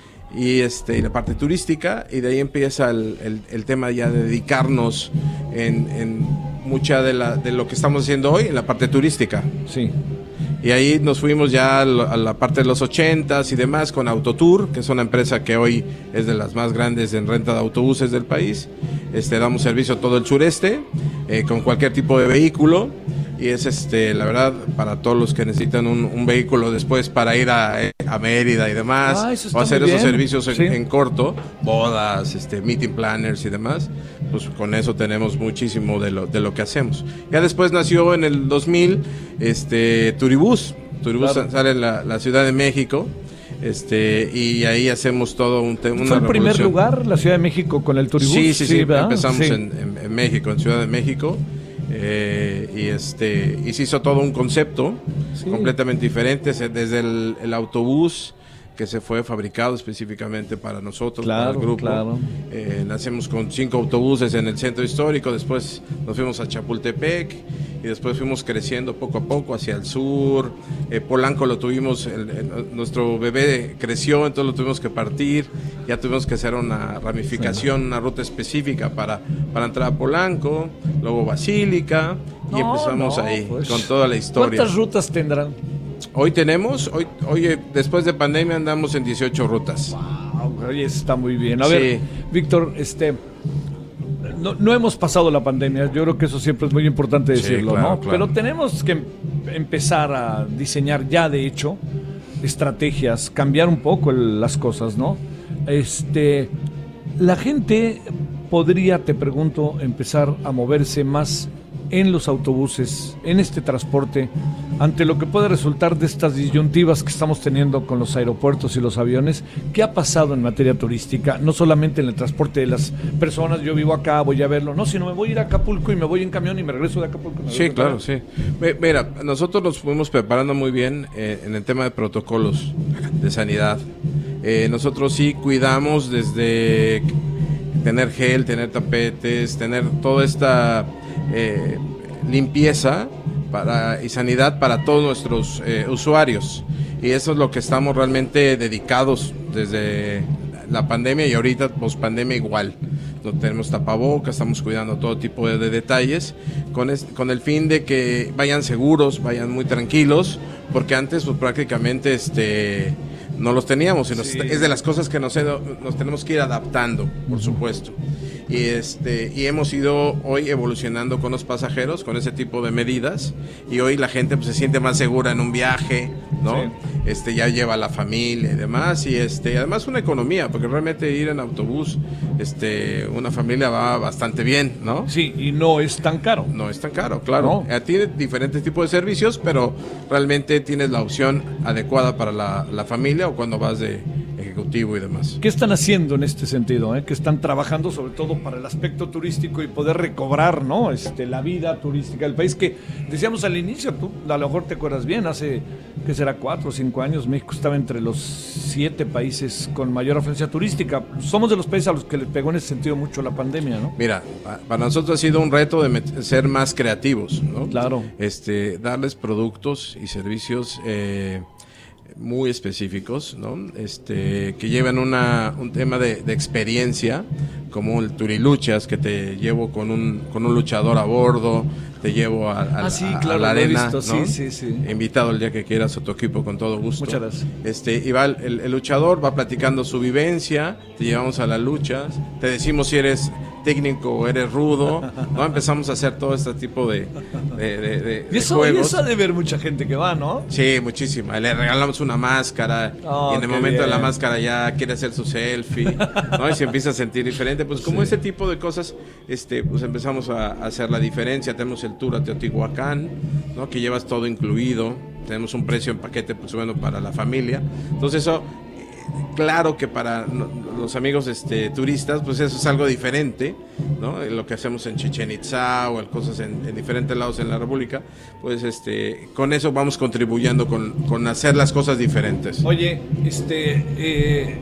y este y la parte turística, y de ahí empieza el, el- el tema ya de dedicarnos en, en mucha de, la, de lo que estamos haciendo hoy en la parte turística. Sí. Y ahí nos fuimos ya a la, a la parte de los ochentas y demás con Autotour, que es una empresa que hoy es de las más grandes en renta de autobuses del país. Este, damos servicio a todo el sureste, eh, con cualquier tipo de vehículo. Y es, este, la verdad, para todos los que necesitan un, un vehículo después para ir a, eh, a Mérida y demás, Ah, eso está o hacer muy esos bien. servicios en, Sí. en corto, bodas, este, meeting planners y demás, pues con eso tenemos muchísimo de lo, de lo que hacemos. Ya después nació en el dos mil este, Turibús. Turibús Claro. sale en la, la Ciudad de México, este, y ahí hacemos todo un tema. ¿Fue el primer lugar, la Ciudad de México, con el Turibús? Sí, sí, sí, ¿verdad? empezamos Sí. En, en- en México, en Ciudad de México. eh, y este y se hizo todo un concepto Sí. completamente diferente, se- desde el, el autobús que se fue fabricado específicamente para nosotros, para Claro, el grupo. claro. Eh, nacimos con cinco autobuses en el centro histórico, después nos fuimos a Chapultepec y después fuimos creciendo poco a poco hacia el sur. Eh, Polanco lo tuvimos, el- el- nuestro bebé creció, entonces lo tuvimos que partir, ya tuvimos que hacer una ramificación, una ruta específica para, para entrar a Polanco, luego Basílica, y No, empezamos no, ahí pues. con toda la historia. ¿Cuántas rutas tendrán? Hoy tenemos, hoy, hoy eh, después de pandemia andamos en dieciocho rutas. Wow, oye, está muy bien. A Sí. ver, Víctor, este, no, no hemos pasado la pandemia. Yo creo que eso siempre es muy importante Sí, decirlo, claro, ¿no? claro. Pero tenemos que em- empezar a diseñar ya, de hecho, estrategias, cambiar un poco el- las cosas, ¿no? Este, la gente podría, te pregunto, empezar a moverse más en los autobuses, en este transporte, ante lo que puede resultar de estas disyuntivas que estamos teniendo con los aeropuertos y los aviones. ¿Qué ha pasado en materia turística? No solamente en el transporte de las personas, yo vivo acá, voy a verlo, no, sino me voy a ir a Acapulco y me voy en camión y me regreso de Acapulco. y me Sí, regreso claro, otra sí. vez. Mi- Mira, nosotros nos fuimos preparando muy bien eh, en el tema de protocolos de sanidad. Eh, nosotros sí cuidamos desde tener gel, tener tapetes, tener toda esta eh, limpieza para, y sanidad para todos nuestros eh, usuarios. Y eso es lo que estamos realmente dedicados desde la pandemia y ahorita post pandemia igual. No tenemos tapabocas, estamos cuidando todo tipo de, de detalles con, es- con el fin de que vayan seguros, vayan muy tranquilos, porque antes pues prácticamente este no los teníamos y nos- Sí. es de las cosas que nos, he- nos tenemos que ir adaptando, por supuesto. y este y hemos ido hoy evolucionando con los pasajeros con ese tipo de medidas, y hoy la gente pues se siente más segura en un viaje, ¿no? Sí. Este ya lleva a la familia y demás, y este además una economía, porque realmente ir en autobús, este una familia va bastante bien, ¿no? Sí, y no es tan caro. No es tan caro, claro. No. Tiene diferentes tipos de servicios, pero realmente tienes la opción adecuada para la, la familia o cuando vas de ejecutivo y demás. ¿Qué están haciendo en este sentido? Eh? ¿Qué están trabajando sobre todo para el aspecto turístico y poder recobrar, ¿no? este, la vida turística del país? Que decíamos al inicio, tú a lo mejor te acuerdas bien, hace, ¿qué será? Cuatro o cinco años, México estaba entre los siete países con mayor afluencia turística. Somos de los países a los que les pegó en ese sentido mucho la pandemia, ¿no? Mira, para nosotros ha sido un reto de met- ser más creativos, ¿no? Claro. Este, darles productos y servicios eh, muy específicos, ¿no? Este, que llevan una, un tema de, de experiencia, como el Turiluchas, que te llevo con un, con un luchador a bordo, te llevo a, a, ah, sí, a, claro, a la arena, visto, ¿no? Sí, sí, sí. Invitado el día que quieras a tu equipo, con todo gusto. Muchas gracias. Este, y va el, el, el luchador, va platicando su vivencia, te llevamos a las luchas, te decimos si eres técnico o eres rudo, ¿no? Empezamos a hacer todo este tipo de, de, de, de, y eso, de juegos. Y eso ha de ver mucha gente que va, ¿no? Sí, muchísima. Le regalamos una máscara, oh, y en el momento bien. de la máscara ya quiere hacer su selfie, ¿no? Y se empieza a sentir diferente. Pues como sí. ese tipo de cosas, este, pues empezamos a, a hacer la diferencia. Tenemos el tour a Teotihuacán, ¿no? Que llevas todo incluido. Tenemos un precio en paquete, pues bueno, para la familia. Entonces eso, claro que para los amigos este, turistas, pues eso es algo diferente, ¿no? Lo que hacemos en Chichén Itzá o cosas en, en diferentes lados en la República, pues este, con eso vamos contribuyendo con, con hacer las cosas diferentes. Oye, este, eh,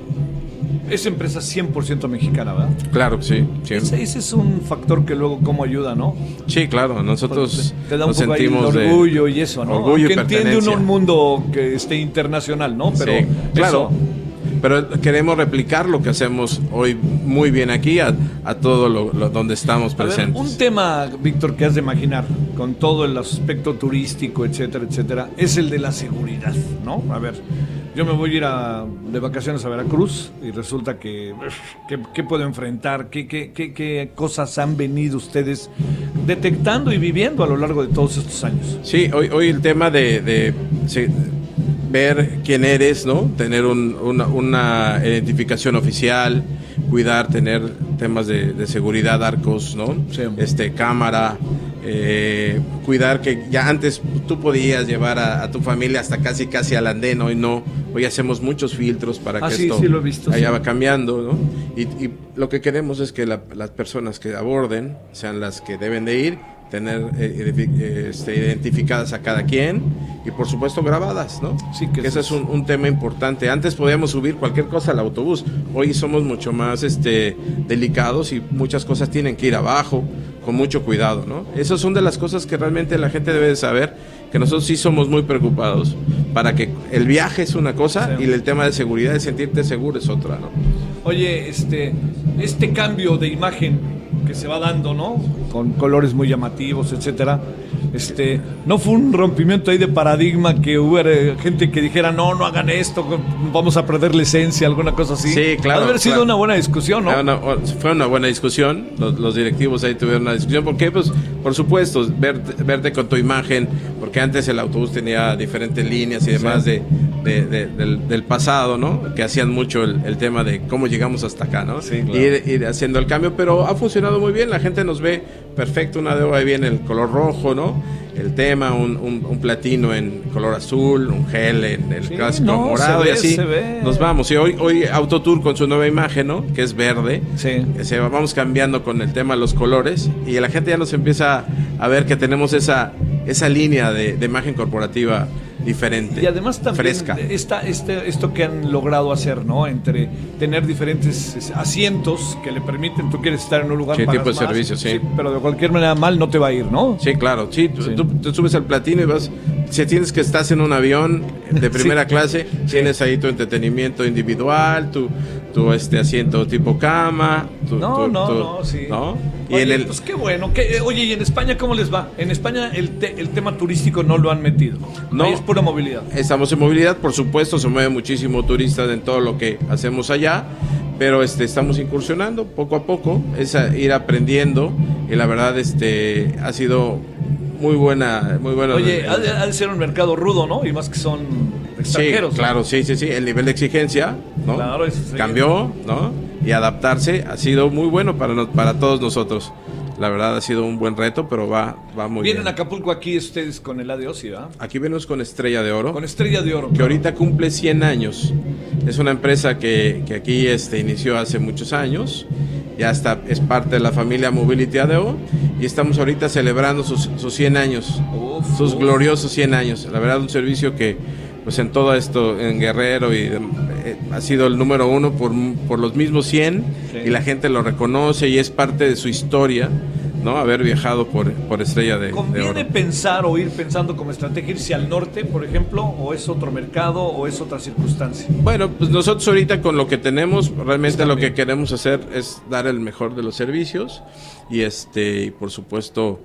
es empresa cien por ciento mexicana, ¿verdad? Claro, sí. sí. Ese, ese es un factor que luego cómo ayuda, ¿no? Sí, claro, nosotros te, te da un nos poco sentimos ahí el orgullo y eso, ¿no? Orgullo que y entiende uno un mundo que esté internacional, ¿no? Pero sí, claro. Eso, pero queremos replicar lo que hacemos hoy muy bien aquí a, a todo lo, lo donde estamos presentes. A ver, un tema, Víctor, que has de imaginar con todo el aspecto turístico, etcétera, etcétera, es el de la seguridad, ¿no? A ver, yo me voy a ir a, de vacaciones a Veracruz y resulta que ¿qué, qué puedo enfrentar? ¿Qué, qué, qué, ¿Qué cosas han venido ustedes detectando y viviendo a lo largo de todos estos años? Sí, hoy, hoy el tema de... de sí, ver quién eres, ¿no? Tener un, una, una identificación oficial, cuidar, tener temas de, de seguridad, arcos, ¿no? Sí. Este, cámara, eh, cuidar que ya antes tú podías llevar a, a tu familia hasta casi casi al andén, hoy no, hoy hacemos muchos filtros para ah, que sí, esto sí, lo he visto, allá sí. va cambiando, ¿no? Y, y lo que queremos es que la, las personas que aborden sean las que deben de ir, tener eh, este, identificadas a cada quien y por supuesto grabadas, ¿no? Sí, que, que ese es un, un tema importante. Antes podíamos subir cualquier cosa al autobús, hoy somos mucho más este, delicados y muchas cosas tienen que ir abajo con mucho cuidado, ¿no? Esas son de las cosas que realmente la gente debe de saber, que nosotros sí somos muy preocupados para que el viaje es una cosa, sí, y el tema de seguridad, de sentirte seguro, es otra, ¿no? Oye, este, este cambio de imagen que se va dando, ¿no? Con colores muy llamativos, etcétera. Este, no fue un rompimiento ahí de paradigma que hubiera gente que dijera, no, no hagan esto, vamos a perder la esencia, alguna cosa así. Sí, claro. Ha de haber sido claro. una buena discusión, ¿no? Una, fue una buena discusión, los, los directivos ahí tuvieron una discusión, porque pues, por supuesto, verte, verte con tu imagen, porque antes el autobús tenía diferentes líneas y demás, sí, de, de, de, del, del pasado, ¿no? Que hacían mucho el, el tema de cómo llegamos hasta acá, ¿no? Sí, claro. Ir, ir haciendo el cambio, pero ha funcionado muy bien, la gente nos ve perfecto, una de hoy viene el color rojo, ¿no? El tema, un, un, un platino en color azul, un gel en el sí, clásico no, morado ve, y así nos vamos. Y hoy, hoy Autotour con su nueva imagen, ¿no? Que es verde, sí, se va, vamos cambiando con el tema de los colores y la gente ya nos empieza a ver que tenemos esa, esa línea de, de imagen corporativa diferente y además también fresca. Esta, este, esto que han logrado hacer, ¿no? Entre tener diferentes asientos que le permiten, tú quieres estar en un lugar sí, para tipo de más, servicio, sí. sí, pero de cualquier manera mal no te va a ir, ¿no? Sí, claro, sí, sí. Tú, tú subes al platino y vas, si tienes que estás en un avión de primera sí. clase, sí. tienes ahí tu entretenimiento individual, tu, tu este asiento tipo cama, tu, no, tu, no, tu, no, sí. ¿no? Y oye, en el, pues qué bueno, que, oye, ¿y en España cómo les va? En España el, te, el tema turístico no lo han metido, no, ahí es pura movilidad. Estamos en movilidad, por supuesto, se mueve muchísimo turistas en todo lo que hacemos allá, pero este, estamos incursionando poco a poco, es a ir aprendiendo, y la verdad este, ha sido muy buena. Muy buena. Oye, ha de, ha de ser un mercado rudo, ¿no? Y más que son extranjeros. Sí, claro, ¿no? sí, sí, sí, el nivel de exigencia, ¿no? Claro, eso sí. Cambió, ¿no? Y adaptarse ha sido muy bueno para, no, para todos nosotros. La verdad ha sido un buen reto, pero va, va muy bien. Vienen a Acapulco aquí ustedes con el A de Osi, ¿verdad? Aquí venimos con Estrella de Oro. Con Estrella de Oro. Que ahorita cumple cien años. Es una empresa que, que aquí este, inició hace muchos años. Ya está, es parte de la familia Mobility A D O. Y estamos ahorita celebrando sus, sus cien años. Uf, sus uf. gloriosos cien años. La verdad, un servicio que, pues en todo esto, en Guerrero, y eh, ha sido el número uno por, por los mismos cien. Sí. Y la gente lo reconoce y es parte de su historia, ¿no? Haber viajado por, por Estrella de, ¿Conviene de Oro. pensar o ir pensando como estrategia irse al norte, por ejemplo, o es otro mercado o es otra circunstancia? Bueno, pues nosotros ahorita con lo que tenemos, realmente Está lo bien. que queremos hacer es dar el mejor de los servicios y este y por supuesto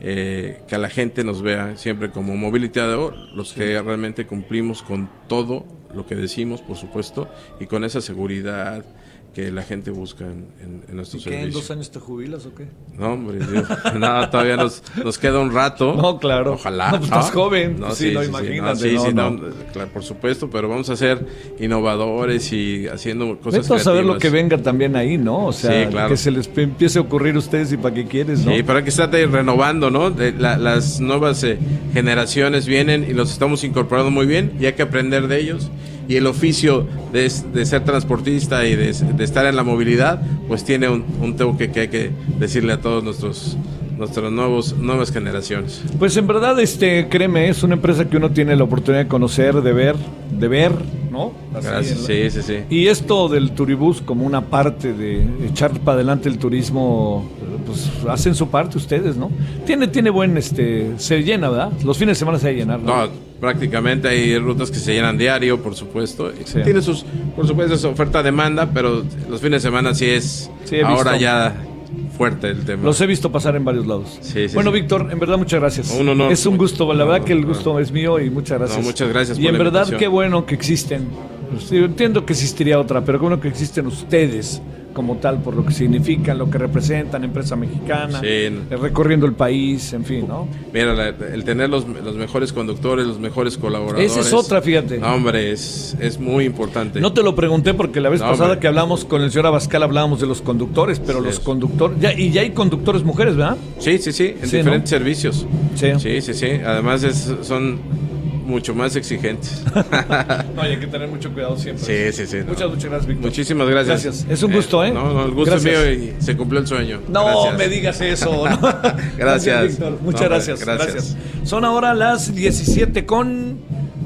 eh, que a la gente nos vea siempre como Mobility A D O, los sí. que realmente cumplimos con todo lo que decimos, por supuesto, y con esa seguridad que la gente busca en, en, en nuestros ¿Y qué, servicios. ¿En dos años te jubilas o qué? No, hombre, Dios, no, todavía nos, nos queda un rato. No, claro. Ojalá. No, pues estás ¿no? joven. No, sí, sí, no, sí, imagínate. Sí, no, sí, no, sí, no, claro, por supuesto, pero vamos a ser innovadores y haciendo cosas creativas. A saber lo que venga también ahí, ¿no? O sea, sí, claro. que se les empiece a ocurrir a ustedes y para qué quieres, ¿no? Sí, para que esté renovando, ¿no? De, la, las nuevas eh, generaciones vienen y los estamos incorporando muy bien y hay que aprender de ellos. Y el oficio de, de ser transportista y de, de estar en la movilidad, pues tiene un, un toque que hay que decirle a todos nuestros nuestras nuevos nuevas generaciones. Pues en verdad, este, créeme, es una empresa que uno tiene la oportunidad de conocer, de ver, de ver, ¿no? Así Gracias, sí, sí, sí. Y esto del Turibús como una parte de echar para adelante el turismo, pues hacen su parte ustedes, ¿no? Tiene, tiene buen, este, se llena, ¿verdad? Los fines de semana se va a llenar, ¿no? No, prácticamente hay rutas que se llenan diario, por supuesto. Sí. Tiene sus, por supuesto, su oferta-demanda, pero los fines de semana sí es sí, ahora ya fuerte el tema. Los he visto pasar en varios lados. Sí, sí, bueno, sí. Víctor, en verdad muchas gracias. Un honor. Es un gusto, la verdad no, que el no. gusto es mío y muchas gracias. No, muchas gracias y por en la verdad invitación. qué bueno que existen. Sí, entiendo que existiría otra, pero qué bueno que existen ustedes como tal, por lo que significan, lo que representan, empresa mexicana, sí. recorriendo el país, en fin, ¿no? Mira, la, el tener los, los mejores conductores, los mejores colaboradores. Esa es otra, fíjate. No, hombre, es, es muy importante. No te lo pregunté porque la vez no, pasada hombre. que hablamos con el señor Abascal hablábamos de los conductores, pero sí, los es. conductores, ya, y ya hay conductores mujeres, ¿verdad? Sí, sí, sí, en sí, diferentes ¿no? servicios. Sí. Sí, sí, sí. Además es, son mucho más exigentes. No, hay que tener mucho cuidado siempre. Sí, sí, sí. No. Muchas, muchas gracias, Víctor. Muchísimas gracias. Gracias. Es un gusto, ¿eh? No, no, el gusto gracias. es mío y se cumplió el sueño. No gracias. me digas eso. ¿no? Gracias. Gracias, Víctor. Muchas no, gracias. gracias. Gracias. Son ahora las diecisiete con...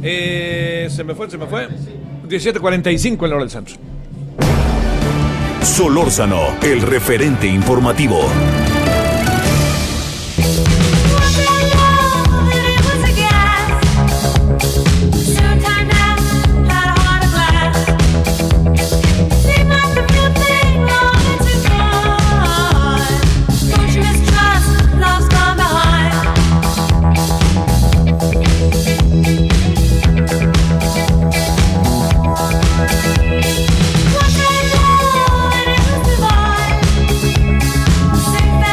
Eh, se me fue, se me fue. diecisiete cuarenta y cinco en la hora del centro. Solórzano, el referente informativo. What they know, it is divine.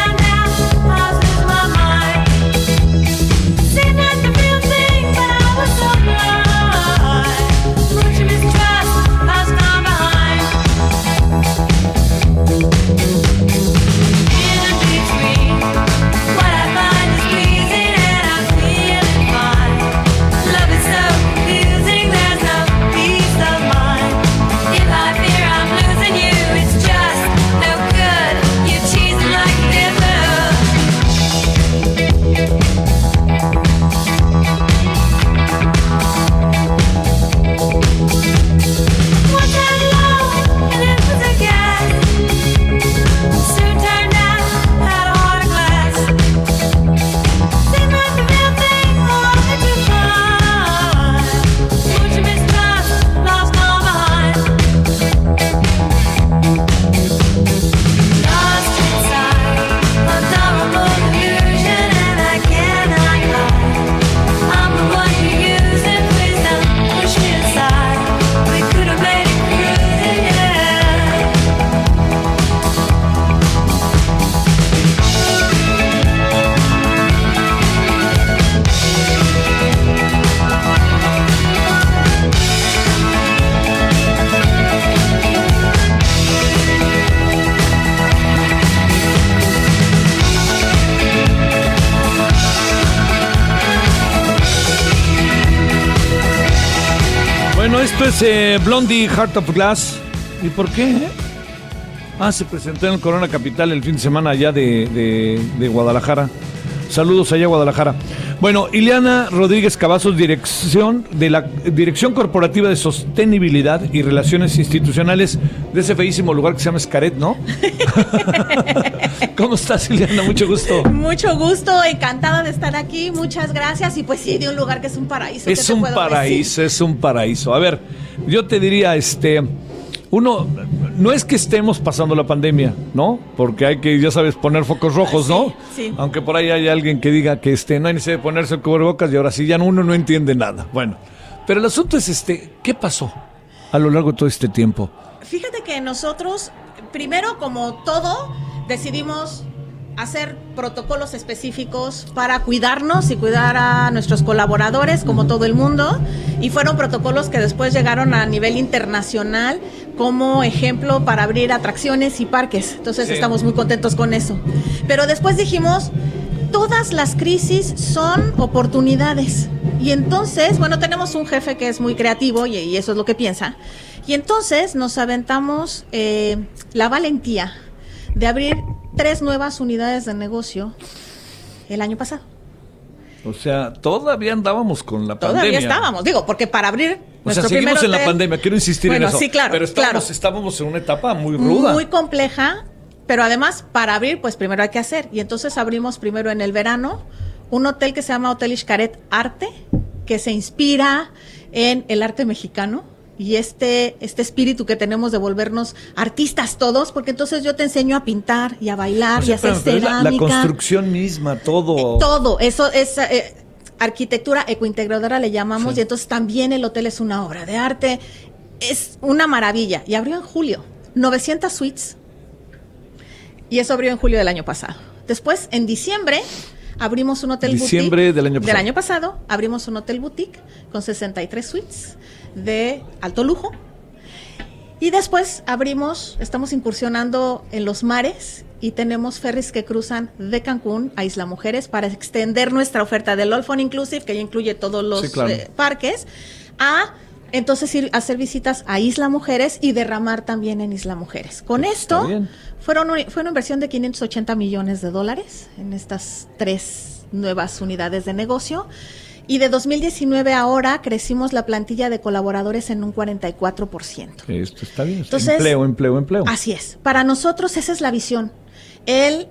Esto es eh, Blondie, Heart of Glass. ¿Y por qué? Eh? Ah, se presentó en el Corona Capital el fin de semana allá de, de, de Guadalajara. Saludos allá a Guadalajara. Bueno, Ileana Rodríguez Cavazos, dirección de la Dirección Corporativa de Sostenibilidad y Relaciones Institucionales de ese feísimo lugar que se llama Xcaret, ¿no? ¿Cómo estás, Ileana? Mucho gusto. Mucho gusto, encantada de estar aquí, muchas gracias. Y pues sí, de un lugar que es un paraíso. Es un paraíso, es un paraíso. A ver, yo te diría, este... Uno, no es que estemos pasando la pandemia, ¿no? Porque hay que, ya sabes, poner focos rojos, sí, ¿no? Sí. Aunque por ahí hay alguien que diga que este, no hay necesidad de ponerse el cubrebocas y ahora sí ya uno no entiende nada. Bueno, pero el asunto es este, ¿qué pasó a lo largo de todo este tiempo? Fíjate que nosotros, primero, como todo, decidimos hacer protocolos específicos para cuidarnos y cuidar a nuestros colaboradores, como todo el mundo, y fueron protocolos que después llegaron a nivel internacional como ejemplo para abrir atracciones y parques. Entonces sí, estamos muy contentos con eso. Pero después dijimos, todas las crisis son oportunidades. Y entonces, bueno, tenemos un jefe que es muy creativo y, y eso es lo que piensa. Y entonces nos aventamos eh, la valentía de abrir tres nuevas unidades de negocio el año pasado. O sea, todavía andábamos con la todavía pandemia. Todavía estábamos, digo, porque para abrir o nuestro sea, seguimos primer en hotel, la pandemia, quiero insistir bueno, en eso. Sí, claro, pero estábamos, claro. estábamos en una etapa muy ruda. Muy compleja, pero además, para abrir, pues primero hay que hacer. Y entonces abrimos primero en el verano un hotel que se llama Hotel Xcaret Arte, que se inspira en el arte mexicano. Y este, este espíritu que tenemos de volvernos artistas todos, porque entonces yo te enseño a pintar y a bailar, o sea, y a hacer pero, pero cerámica. La, la construcción misma, todo. Eh, todo, eso es eh, arquitectura ecointegradora le llamamos, sí. Y entonces también el hotel es una obra de arte. Es una maravilla. Y abrió en julio, novecientas suites. Y eso abrió en julio del año pasado. Después, en diciembre, abrimos un hotel Diciembre boutique. del año pasado. Del año pasado, abrimos un hotel boutique con sesenta y tres suites de alto lujo. Y después abrimos, estamos incursionando en los mares y tenemos ferries que cruzan de Cancún a Isla Mujeres para extender nuestra oferta del All Fun Inclusive, que ya incluye todos los sí, claro. eh, parques, a entonces ir a hacer visitas a Isla Mujeres y derramar también en Isla Mujeres. Con Está esto, bien. fueron un, fue una inversión de quinientos ochenta millones de dólares en estas tres nuevas unidades de negocio. Y de dos mil diecinueve a ahora crecimos la plantilla de colaboradores en un cuarenta y cuatro por ciento. Esto está bien. Entonces, empleo, empleo, empleo. Así es. Para nosotros esa es la visión. El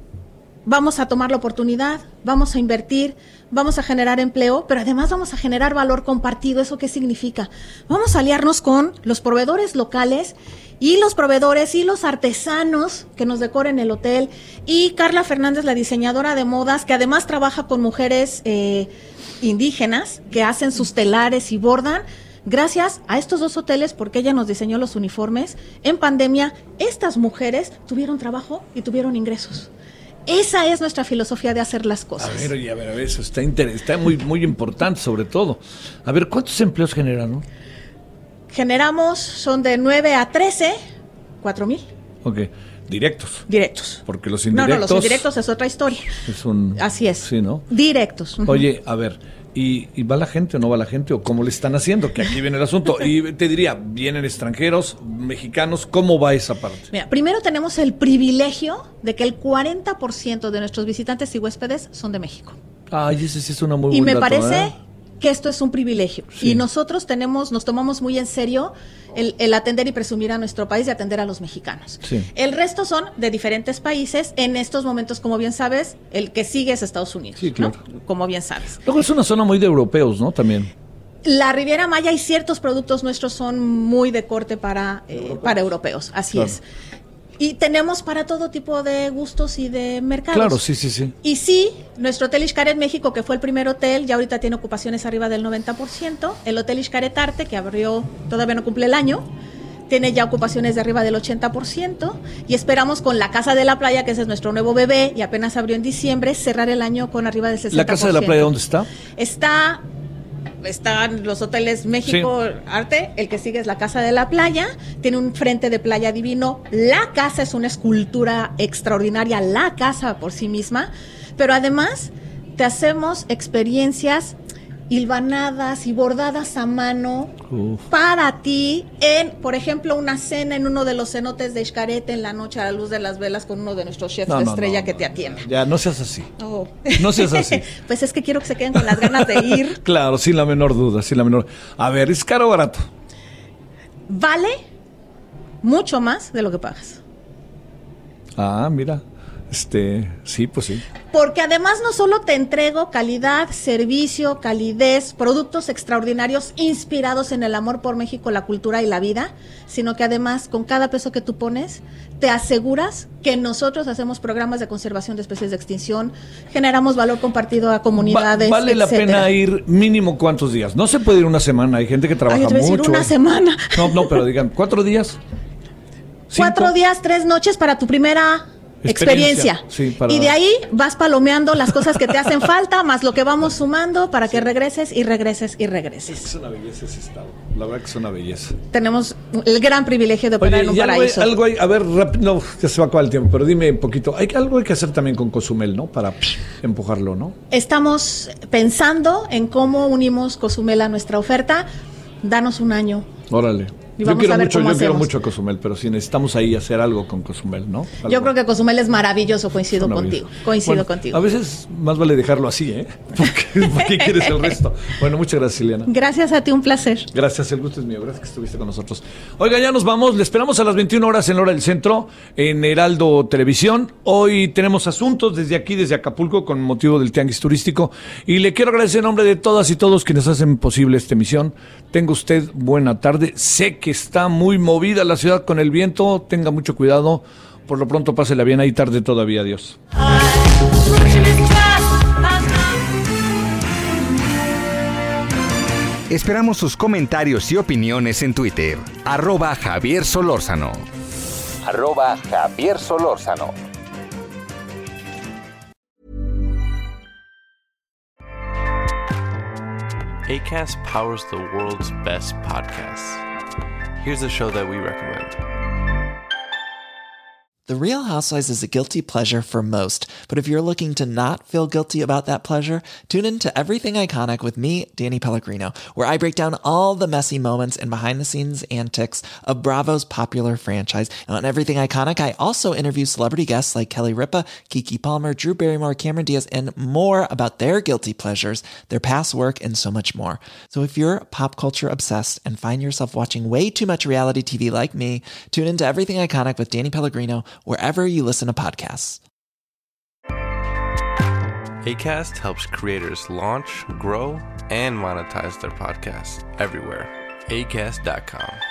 vamos a tomar la oportunidad, vamos a invertir, vamos a generar empleo, pero además vamos a generar valor compartido. ¿Eso qué significa? Vamos a aliarnos con los proveedores locales y los proveedores y los artesanos que nos decoren el hotel. Y Carla Fernández, la diseñadora de modas, que además trabaja con mujeres eh, indígenas que hacen sus telares y bordan. Gracias a estos dos hoteles, porque ella nos diseñó los uniformes, en pandemia, estas mujeres tuvieron trabajo y tuvieron ingresos. Esa es nuestra filosofía de hacer las cosas. A ver, oye, a ver, a ver, eso está, inter- está muy, muy importante, sobre todo. A ver, ¿cuántos empleos generan, no? Generamos, son de nueve a trece, cuatro mil. Ok, directos. Directos. Porque los indirectos... No, no, los indirectos es otra historia. Es un... Así es. Sí, ¿no? Directos. Uh-huh. Oye, a ver, ¿y, ¿y va la gente o no va la gente? ¿O cómo le están haciendo? Que aquí viene el asunto. Y te diría, ¿vienen extranjeros, mexicanos? ¿Cómo va esa parte? Mira, primero tenemos el privilegio de que el cuarenta por ciento de nuestros visitantes y huéspedes son de México. Ay, ese sí es una muy buena Y me dato, parece... ¿eh? que esto es un privilegio. Sí. Y nosotros tenemos, nos tomamos muy en serio el, el atender y presumir a nuestro país y atender a los mexicanos. Sí. El resto son de diferentes países. En estos momentos, como bien sabes, el que sigue es Estados Unidos. Sí, claro. ¿no? Como bien sabes. Luego es una zona muy de europeos, ¿no? También. La Riviera Maya y ciertos productos nuestros son muy de corte para, eh, europeos. para europeos. Así Claro. es. Y tenemos para todo tipo de gustos y de mercados. Claro, sí, sí, sí. Y sí, nuestro Hotel Xcaret México, que fue el primer hotel, ya ahorita tiene ocupaciones arriba del noventa por ciento. El Hotel Xcaret Arte, que abrió, todavía no cumple el año, tiene ya ocupaciones de arriba del ochenta por ciento. Y esperamos con la Casa de la Playa, que ese es nuestro nuevo bebé, y apenas abrió en diciembre, cerrar el año con arriba del sesenta por ciento. ¿La Casa de la Playa dónde está? Está... Están los hoteles México sí. Arte, el que sigue es la Casa de la Playa, tiene un frente de playa divino, la casa es una escultura extraordinaria, la casa por sí misma, pero además te hacemos experiencias hilvanadas y bordadas a mano Uf. para ti en, por ejemplo, una cena en uno de los cenotes de Xcaret en la noche a la luz de las velas con uno de nuestros chefs No, de no, estrella no, que no, te atienda. Ya, no seas así. Oh. No seas así. Pues es que quiero que se queden con las ganas de ir. Claro, sin la menor duda, sin la menor. A ver, ¿es caro o barato? Vale mucho más de lo que pagas. Ah, mira. Este, sí, pues sí. Porque además no solo te entrego calidad, servicio, calidez, productos extraordinarios inspirados en el amor por México, la cultura y la vida, sino que además con cada peso que tú pones, te aseguras que nosotros hacemos programas de conservación de especies de extinción, generamos valor compartido a comunidades, Va- vale la etcétera. pena ir mínimo cuántos días. No se puede ir una semana, hay gente que trabaja Ay, yo te voy a decir mucho. una semana. No, no, pero digan, ¿cuatro días? Cuatro ¿Cinco? días, tres noches para tu primera Experiencia. experiencia. Sí, para- Y de ahí vas palomeando las cosas que te hacen falta, más lo que vamos sumando para que regreses y regreses y regreses. Es una belleza ese estado. La verdad que es una belleza. Tenemos el gran privilegio de operar Oye, en un y algo hay, paraíso. algo hay- a ver, rap- no, ya se va a acabar el tiempo, pero dime un poquito. Hay algo hay que hacer también con Cozumel, ¿no? Para psh, empujarlo, ¿no? Estamos pensando en cómo unimos Cozumel a nuestra oferta. Danos un año. Órale. Y Yo vamos quiero a ver mucho, yo cómo quiero hacemos. mucho a Cozumel, pero si necesitamos ahí hacer algo con Cozumel, ¿no? Algo. Yo creo que Cozumel es maravilloso, coincido Una contigo. belleza. Coincido Bueno, contigo. A veces más vale dejarlo así, ¿eh? Porque, ¿para qué quieres el resto? Bueno, muchas gracias, Ileana. Gracias a ti, un placer. Gracias, el gusto es mío. Gracias que estuviste con nosotros. Oiga, ya nos vamos. Le esperamos a las veintiuna horas en la hora del centro en Heraldo Televisión. Hoy tenemos asuntos desde aquí, desde Acapulco, con motivo del Tianguis Turístico. Y le quiero agradecer en nombre de todas y todos quienes hacen posible esta emisión. Tenga usted buena tarde. Sé que está muy movida la ciudad con el viento. Tenga mucho cuidado. Por lo pronto, pásela bien. Ahí tarde todavía. Adiós. Esperamos sus comentarios y opiniones en Twitter. Arroba Javier Solórzano. Arroba Javier Solórzano. Acast powers the world's best podcasts. Here's a show that we recommend. The Real Housewives is a guilty pleasure for most, but if you're looking to not feel guilty about that pleasure, tune in to Everything Iconic with me, Danny Pellegrino, where I break down all the messy moments and behind-the-scenes antics of Bravo's popular franchise. And on Everything Iconic, I also interview celebrity guests like Kelly Ripa, Keke Palmer, Drew Barrymore, Cameron Diaz, and more about their guilty pleasures, their past work, and so much more. So if you're pop culture obsessed and find yourself watching way too much reality T V like me, tune in to Everything Iconic with Danny Pellegrino, wherever you listen to podcasts. Acast helps creators launch, grow, and monetize their podcasts everywhere. acast dot com.